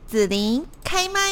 子琳开麦。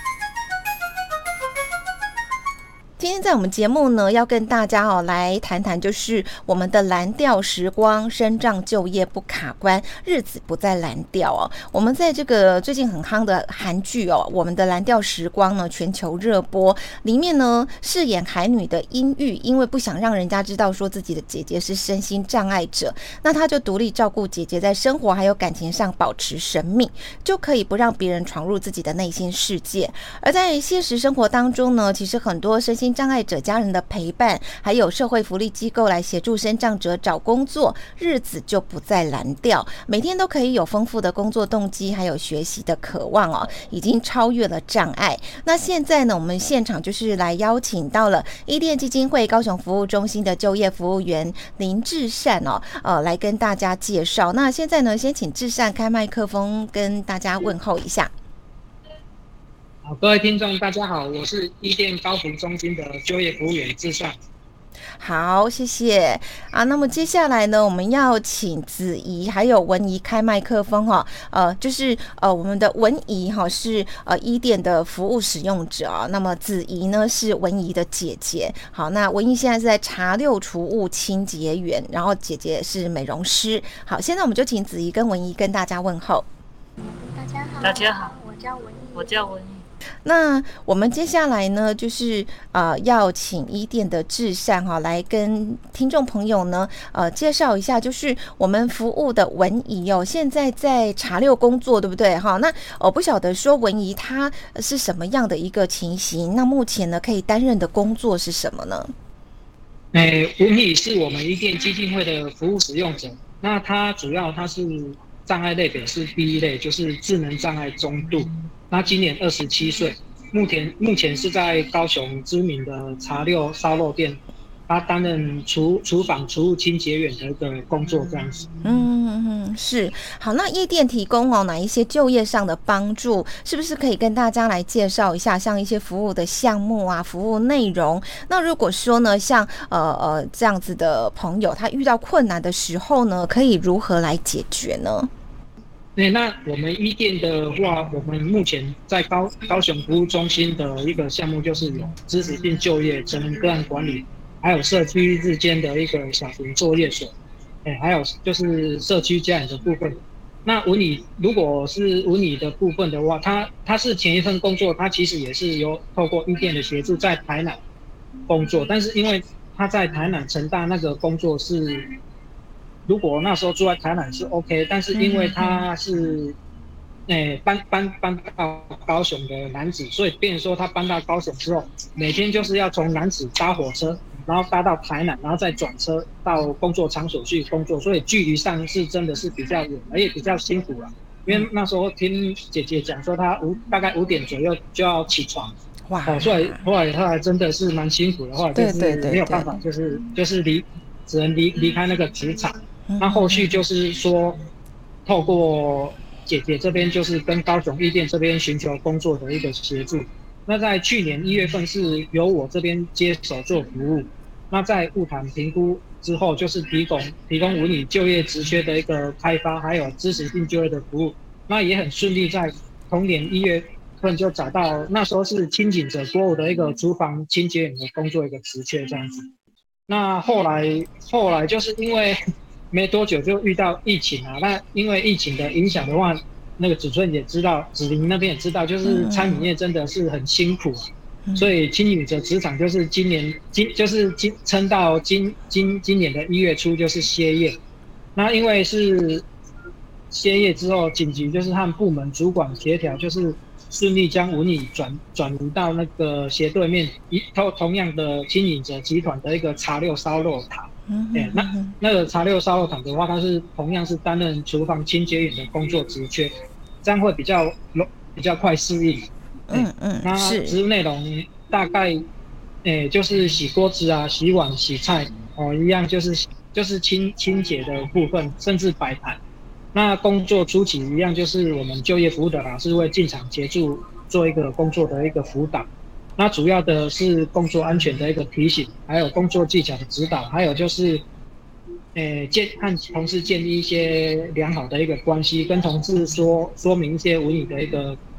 今天在我们节目呢，要跟大家来谈谈，就是我们的蓝调时光，身障就业不卡关，日子不再蓝调哦。我们在这个最近很夯的韩剧我们的蓝调时光呢，全球热播，里面呢饰演海女的殷玉，因为不想让人家知道说自己的姐姐是身心障碍者，那她就独立照顾姐姐，在生活还有感情上保持神秘，就可以不让别人闯入自己的内心世界。而在现实生活当中呢，其实很多身心障碍者家人的陪伴，还有社会福利机构来协助身障者找工作，日子就不再蓝调，每天都可以有丰富的工作动机，还有学习的渴望已经超越了障碍。那现在呢，我们现场就是来邀请到了伊甸基金会高雄服务中心的就业服务员林志善来跟大家介绍。那现在呢，先请志善开麦克风跟大家问候一下。 好，各位听众大家好，我是伊甸高服中心的就业服务员志善。 好，谢谢那么接下来呢，我们要请子怡还有文怡开麦克风就是我们的文怡是伊甸的服务使用者那么子怡呢是文怡的姐姐。好，那文怡现在是在茶六储物清洁员，然后姐姐是美容师。好，现在我们就请子怡跟文怡跟大家问候。 大家好，我叫文怡。 那我们接下来呢，就是要请伊甸的志善来跟听众朋友呢介绍一下，就是我们服务的文怡现在在茶六工作，对不对那我不晓得说文怡她是什么样的一个情形，那目前呢可以担任的工作是什么呢？ 文怡是我们伊甸基金会的服务使用者，那她是障碍类别是 B 类，就是智能障碍中度。他今年27岁，目前是在高雄知名的茶六烧肉店，他担任厨房储物清洁员的一个工作这样子。 是。好，那伊甸提供哪一些就业上的帮助，是不是可以跟大家来介绍一下，像一些服务的项目服务内容？那如果说呢，像这样子的朋友，他遇到困难的时候呢，可以如何来解决呢？ 那我们伊甸的话，我们目前在高雄服务中心的一个项目就是有支持性就业、成人个案管理，还有社区日间的一个小型作业所，还有就是社区家人的部分。那如果是文理的部分的话，他是前一份工作，他其实也是有透过伊甸的协助在台南工作，但是因为他在台南成大那个工作是。如果那时候住在台南是 OK， 但是因为他是，搬到高雄的楠梓，所以变成说他搬到高雄之后，每天就是要从楠梓搭火车，然后搭到台南，然后再转车到工作场所去工作，所以距离上是真的是比较远，而且比较辛苦了。因为那时候听姐姐讲说，她大概5点左右就要起床，所以后来真的是蛮辛苦的，后来就是没有办法，就是只能离开那个职场。那后续就是说，透过姐姐这边就是跟高雄伊甸这边寻求工作的一个协助。那在去年1月份是由我这边接手做服务。那在物谈评估之后，就是提供文理就业职缺的一个开发，还有支持性就业的服务。那也很顺利，在同年1月份就找到，那时候是清景者国五的一个厨房清洁员的工作一个职缺这样子。那后来就是因为没多久就遇到疫情那因为疫情的影响的话，那个子顺也知道，子琳那边也知道，就是餐饮业真的是很辛苦所以清景者职场就是撑到今年的1月初就是歇业。那因为是歇业之后，紧急就是和部门主管协调，就是顺利将文理转移到那个斜对面同样的清景者集团的一个茶六烧肉堂。那个茶六烧肉堂的话，它是同样是担任厨房清洁员的工作职缺，这样会比较快适应。那职务内容大概就是洗锅子洗碗洗菜一样，就是清洁的部分，甚至摆盘。那工作初期一样，就是我们就业服务的老师会进场协助做一个工作的一个辅导。那主要的是工作安全的一个提醒，还有工作技巧的指导，还有就是和同事建立一些良好的一个关系，跟同事说明一些文理的一个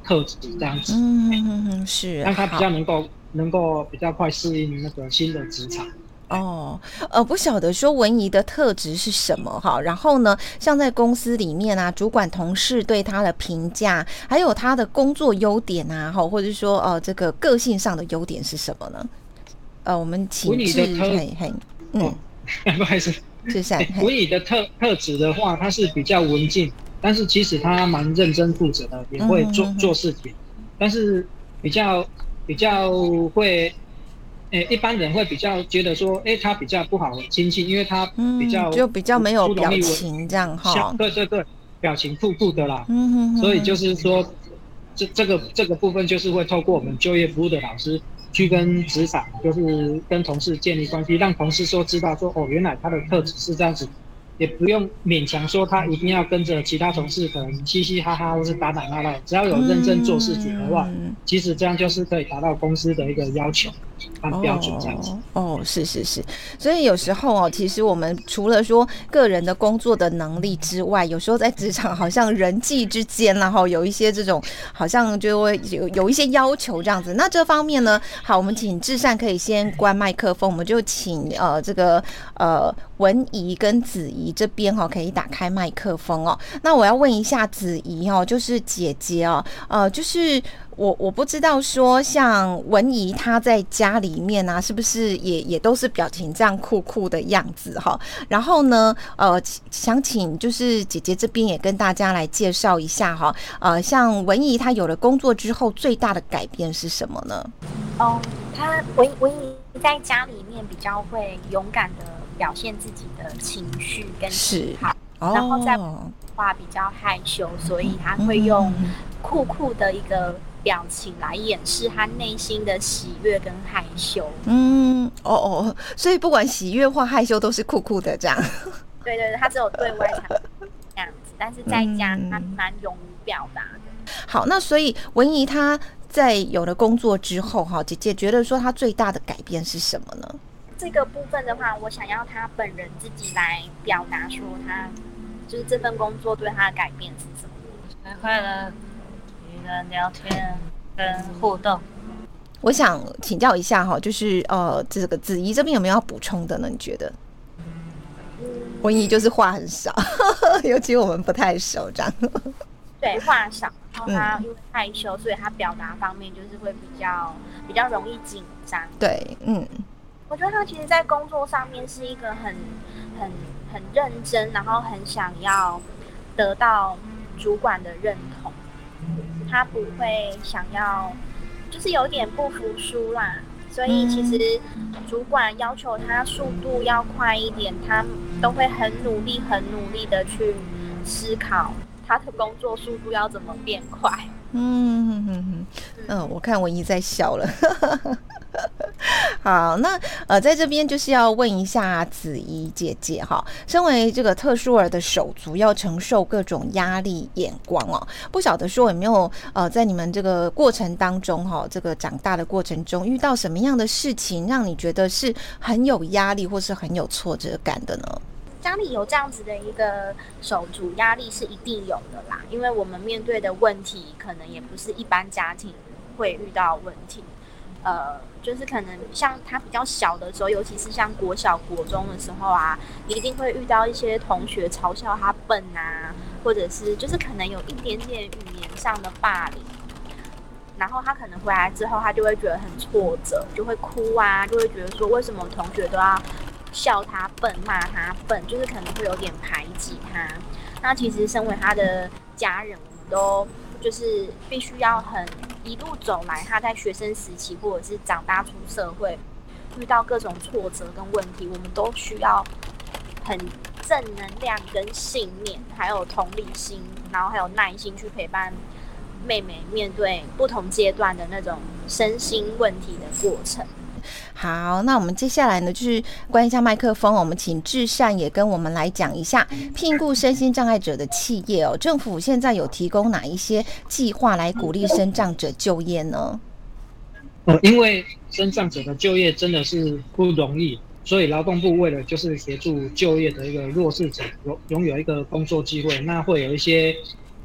特质这样子， 是让他比较能够比较快适应那个新的职场。 哦，不晓得说文怡的特质是什么哈？然后呢，像在公司里面啊，主管同事对他的评价，还有他的工作优点啊，哈，或者说这个个性上的优点是什么呢？我们请文怡的不好意思， 志善， 文怡的特质的话，他是比较文静，但是其实他蛮认真负责的，也会做事情，但是比较会。一般人会比较觉得说，他比较不好亲近，因为他比较没有表情这样哈。 对，表情酷酷的啦。所以就是说，这个部分就是会透过我们就业服务的老师去跟职场，就是跟同事建立关系，让同事说知道说，原来他的特质是这样子。也不用勉强说他一定要跟着其他同事可能嘻嘻哈哈或是打打闹闹，只要有认真做事情的话，其实这样就是可以达到公司的一个要求和标准这样子。 是，所以有时候其实我们除了说个人的工作的能力之外，有时候在职场好像人际之间然后有一些这种好像就会有一些要求这样子。那这方面呢，好，我们请志善可以先关麦克风，我们就请这个文怡跟子怡这边可以打开麦克风那我要问一下子怡就是姐姐就是我不知道说像文怡她在家里面啊，是不是也都是表情这样酷酷的样子然后呢想请就是姐姐这边也跟大家来介绍一下像文怡她有了工作之后最大的改变是什么呢？ 她文怡在家里面比较会勇敢的表现自己的情绪跟喜好，然后在话比较害羞，所以他会用酷酷的一个表情来掩饰他内心的喜悦跟害羞。 所以不管喜悦或害羞都是酷酷的这样。 对，他只有对外才这样子，但是在家他蛮勇于表达的。 好，那所以文怡她在有了工作之后姐姐觉得说她最大的改变是什么呢？ 这个部分的话，我想要他本人自己来表达说他就是这份工作对他的改变是什么。 学会了与人聊天跟互动。 我想请教一下就是这个子怡这边有没有要补充的呢？你觉得？文怡就是话很少，尤其我们不太熟这样。 对，话少，然后他因为害羞，所以他表达方面就是会比较容易紧张。 对， 我觉得他其实在工作上面是一个很认真，然后很想要得到主管的认同，他不会想要就是有点不服输啦，所以其实主管要求他速度要快一点，他都会很努力的去思考他的工作速度要怎么变快。 我看文怡在笑了。好，那在这边就是要问一下子怡姐姐身为这个特殊儿的手足，要承受各种压力眼光不晓得说有没有在你们这个过程当中这个长大的过程中遇到什么样的事情让你觉得是很有压力或是很有挫折感的呢？ 家里有这样子的一个手足，压力是一定有的啦，因为我们面对的问题可能也不是一般家庭会遇到的问题。就是可能像他比较小的时候，尤其是像国小国中的时候啊，一定会遇到一些同学嘲笑他笨啊，或者是就是可能有一点点语言上的霸凌，然后他可能回来之后他就会觉得很挫折，就会哭啊，就会觉得说为什么同学都要笑他笨骂他笨，就是可能会有点排挤他。那其实身为他的家人，我们都就是必须要一路走来，他在学生时期或者是长大出社会遇到各种挫折跟问题，我们都需要很正能量跟信念，还有同理心，然后还有耐心去陪伴妹妹面对不同阶段的那种身心问题的过程。 好，那我们接下来呢，就是关一下麦克风，我们请志善也跟我们来讲一下聘雇身心障碍者的企业政府现在有提供哪一些计划来鼓励身障者就业呢？ 因为身障者的就业真的是不容易，所以劳动部为了就是协助就业的一个弱势者拥有一个工作机会，那会有一些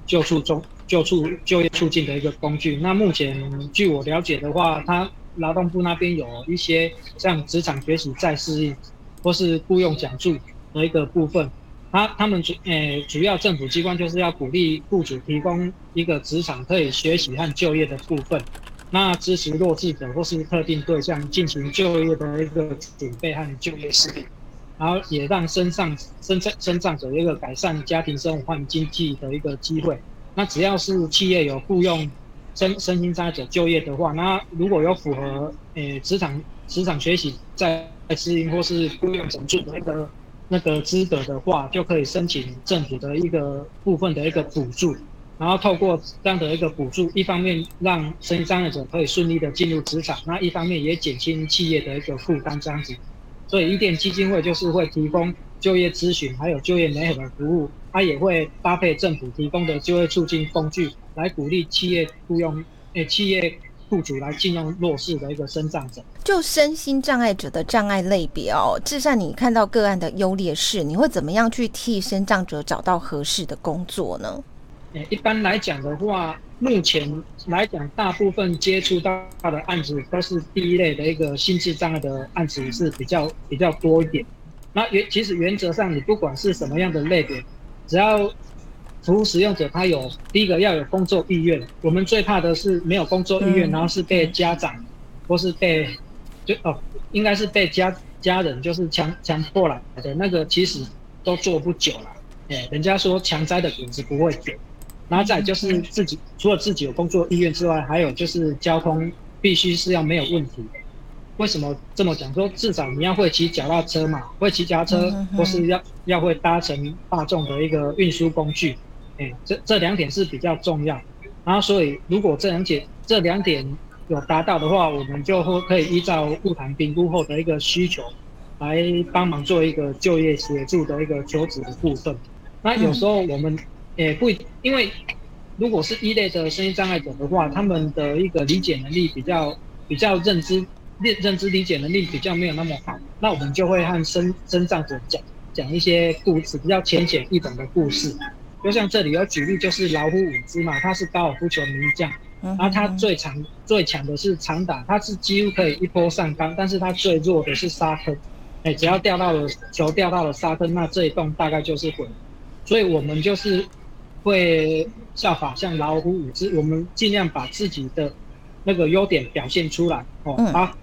就业促进的一个工具。那目前据我了解的话，劳动部那边有一些像职场学习再适应或是雇用奖助的一个部分。他们主要政府机关就是要鼓励雇主提供一个职场可以学习和就业的部分，那支持弱势者或是特定对象进行就业的一个准备和就业适应，然后也让身障者有一个改善家庭生活和经济的一个机会。那只要是企业有雇用身心障碍者就业的话，那如果有符合职场学习再适应或是雇用奖助的那个资格的话，就可以申请政府的一个部分的一个补助，然后透过这样的一个补助，一方面让身心障碍者可以顺利的进入职场，那一方面也减轻企业的一个负担这样子。所以伊甸基金会就是会提供就业咨询还有就业媒合的服务，它也会搭配政府提供的就业促进工具，来鼓励企业雇主来聘用弱势的一个身障者。 就身心障碍者的障碍类别哦，至少你看到个案的优劣势，你会怎么样去替身障者找到合适的工作呢？ 一般来讲的话，目前来讲，大部分接触到的案子都是第一类的一个心智障碍的案子是比较多一点。那其实原则上，你不管是什么样的类别，只要服务使用者他第一个要有工作意愿，我们最怕的是没有工作意愿，然后是被家长或是应该是被家人就是强迫来的，那个其实都做不久了。人家说强摘的果子不会甜。然后再来就是除了自己有工作意愿之外，还有就是交通必须是要没有问题的。为什么这么讲？说至少你要会骑脚踏车嘛，会骑脚踏车，或是要会搭乘大众的一个运输工具。这两点是比较重要。然后所以如果这两点有达到的话，我们就可以依照物谈评估后的一个需求，来帮忙做一个就业协助的一个求职的部分。那有时候我们因为如果是一类的身心障碍者的话，他们的一个理解能力比较认知理解能力比较没有那么好，那我们就会和身障者讲一些故事，比较浅显易懂的故事。就像这里有举例，就是老虎伍兹嘛，他是高尔夫球名将，然后他最强的是长打，他是几乎可以一波上纲，但是他最弱的是沙坑。只要球掉到了沙坑，那这一洞大概就是毁。所以我们就是会效法像老虎伍兹，我们尽量把自己的那个优点表现出来，把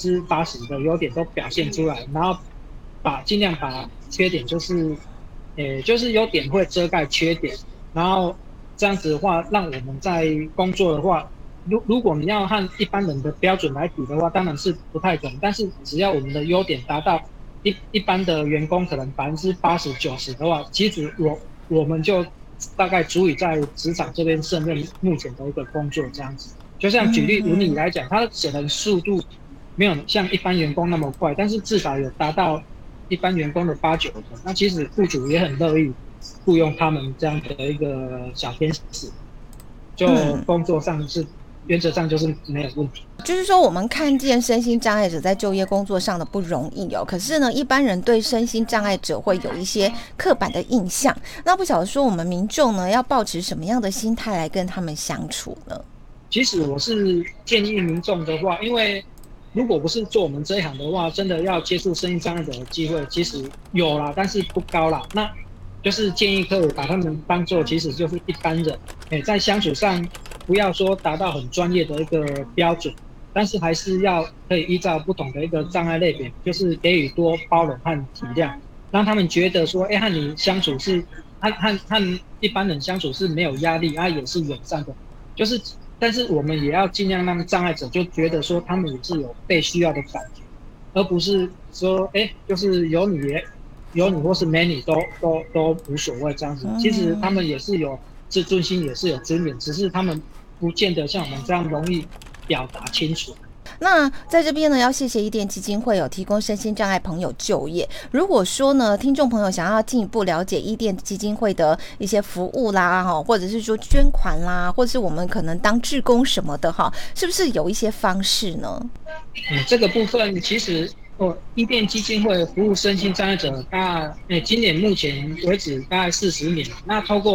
80%的优点都表现出来，然后尽量把缺点就是优点会遮盖缺点，然后这样子的话，让我们在工作的话，如果你要和一般人的标准来比的话，当然是不太可能，但是只要我们的优点达到一般的员工可能80%、90%的话，其实我们就大概足以在职场这边胜任目前的一个工作这样子。就像举例文理来讲，他可能速度没有像一般员工那么快，但是至少有达到一般员工的8、9成。那其实雇主也很乐意雇佣他们这样的一个小天使，就工作上是原则上就是没有问题。 就是说我们看见身心障碍者在就业工作上的不容易哦，可是呢一般人对身心障碍者会有一些刻板的印象，那不晓得说我们民众呢要抱持什么样的心态来跟他们相处呢？ 其实我是建议民众的话，因为如果不是做我们这一行的话，真的要接触身心障碍者的机会其实有啦，但是不高啦。那就是建议可以把他们当作其实就是一般人，在相处上不要说达到很专业的一个标准，但是还是要可以依照不同的一个障碍类别，就是给予多包容和体谅，让他们觉得说，和你相处是和一般人相处是没有压力，也是友善的，就是。但是我们也要尽量让障碍者就觉得说他们也是有被需要的感觉，而不是说就是有你或是没你都无所谓这样子。其实他们也是有自尊心，也是有尊严，只是他们不见得像我们这样容易表达清楚。 那在这边呢，要谢谢伊甸基金会有提供身心障碍朋友就业。如果说呢，听众朋友想要进一步了解伊甸基金会的一些服务啦，或者是说捐款啦，或者是我们可能当志工什么的哈，是不是有一些方式呢？ 这个部分其实伊甸基金会服务身心障碍者大概今年目前为止大概40年，那透过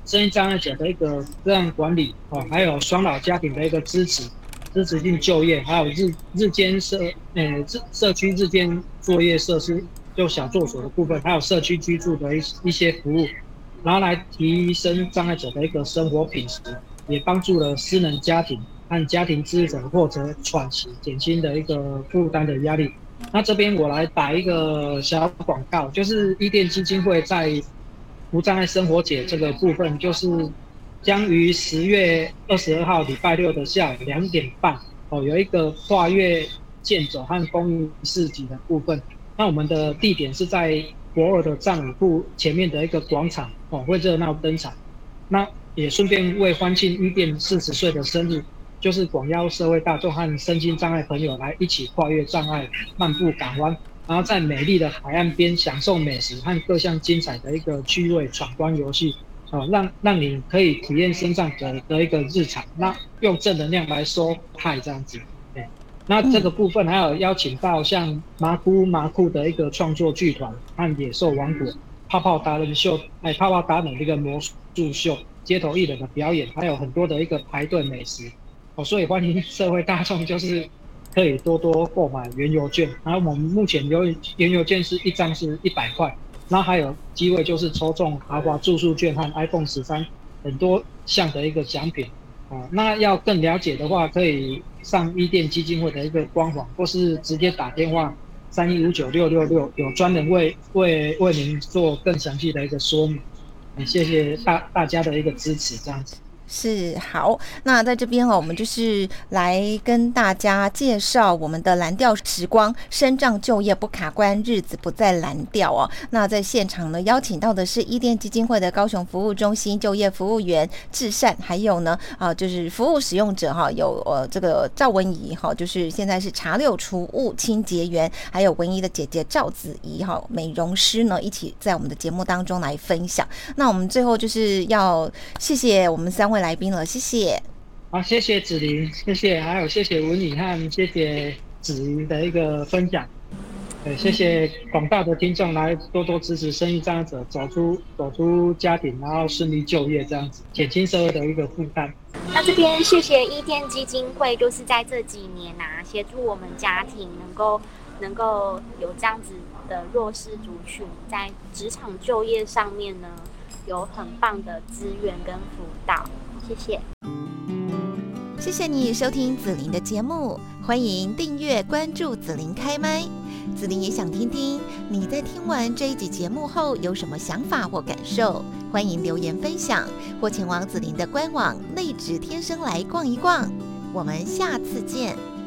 身心障碍者的一个个案管理还有双老家庭的一个支持性就业，还有日间社区日间作业设施，就小作所的部分，还有社区居住的一些服务，然后来提升障碍者的一个生活品质，也帮助了失能家庭和家庭支持者获得喘息，减轻的一个负担的压力。那这边我来打一个小广告，就是伊甸基金会在无障碍生活节这个部分，就是将于10月22号礼拜六的下午2点半有一个跨越健走和公益市集的部分。那我们的地点是在国二的战舞部前面的一个广场会热闹登场。那也顺便为欢庆伊甸40岁的生日，就是广邀社会大众和身心障碍朋友来一起跨越障碍，漫步港湾，然后在美丽的海岸边享受美食和各项精彩的一个趣味闯关游戏让你可以体验身障者的一个日常，那用正能量来收嗨这样子。那这个部分还有邀请到像麻姑麻库的一个创作剧团和野兽王国、泡泡达人秀、泡泡达人的一个魔术秀、街头艺人的表演，还有很多的一个排队美食所以欢迎社会大众就是可以多多购买原油券，然后我们目前原油券是1张是100块，然后还有机会就是抽中豪华住宿券和 iPhone 13很多项的一个奖品那要更了解的话，可以上伊甸基金会的一个官网，或是直接打电话3159-666，有专人为您做更详细的一个说明。谢谢大家的一个支持，这样子。 是好，那在这边我们就是来跟大家介绍我们的蓝调时光，身障就业不卡关，日子不再蓝调那在现场呢，邀请到的是伊甸基金会的高雄服务中心就业服务员志善，还有呢就是服务使用者有这个赵文怡就是现在是茶六储物清洁员，还有文怡的姐姐赵子怡美容师呢，一起在我们的节目当中来分享。那我们最后就是要谢谢我们3位来宾了，谢谢。 好，谢谢子琳，谢谢，还有谢谢文怡和谢谢子怡的一个分享。谢谢广大的听众来多多支持身心障碍者走出家庭，然后顺利就业，这样子减轻社会的一个负担。 那这边谢谢伊甸基金会，就是在这几年协助我们家庭能够有这样子的弱势族群，在职场就业上面呢，有很棒的资源跟辅导，谢谢。 谢谢你收听子琳的节目，欢迎订阅关注子琳开麦。子琳也想听听你在听完这一集节目后有什么想法或感受，欢迎留言分享，或前往子琳的官网内指天生来逛一逛。我们下次见。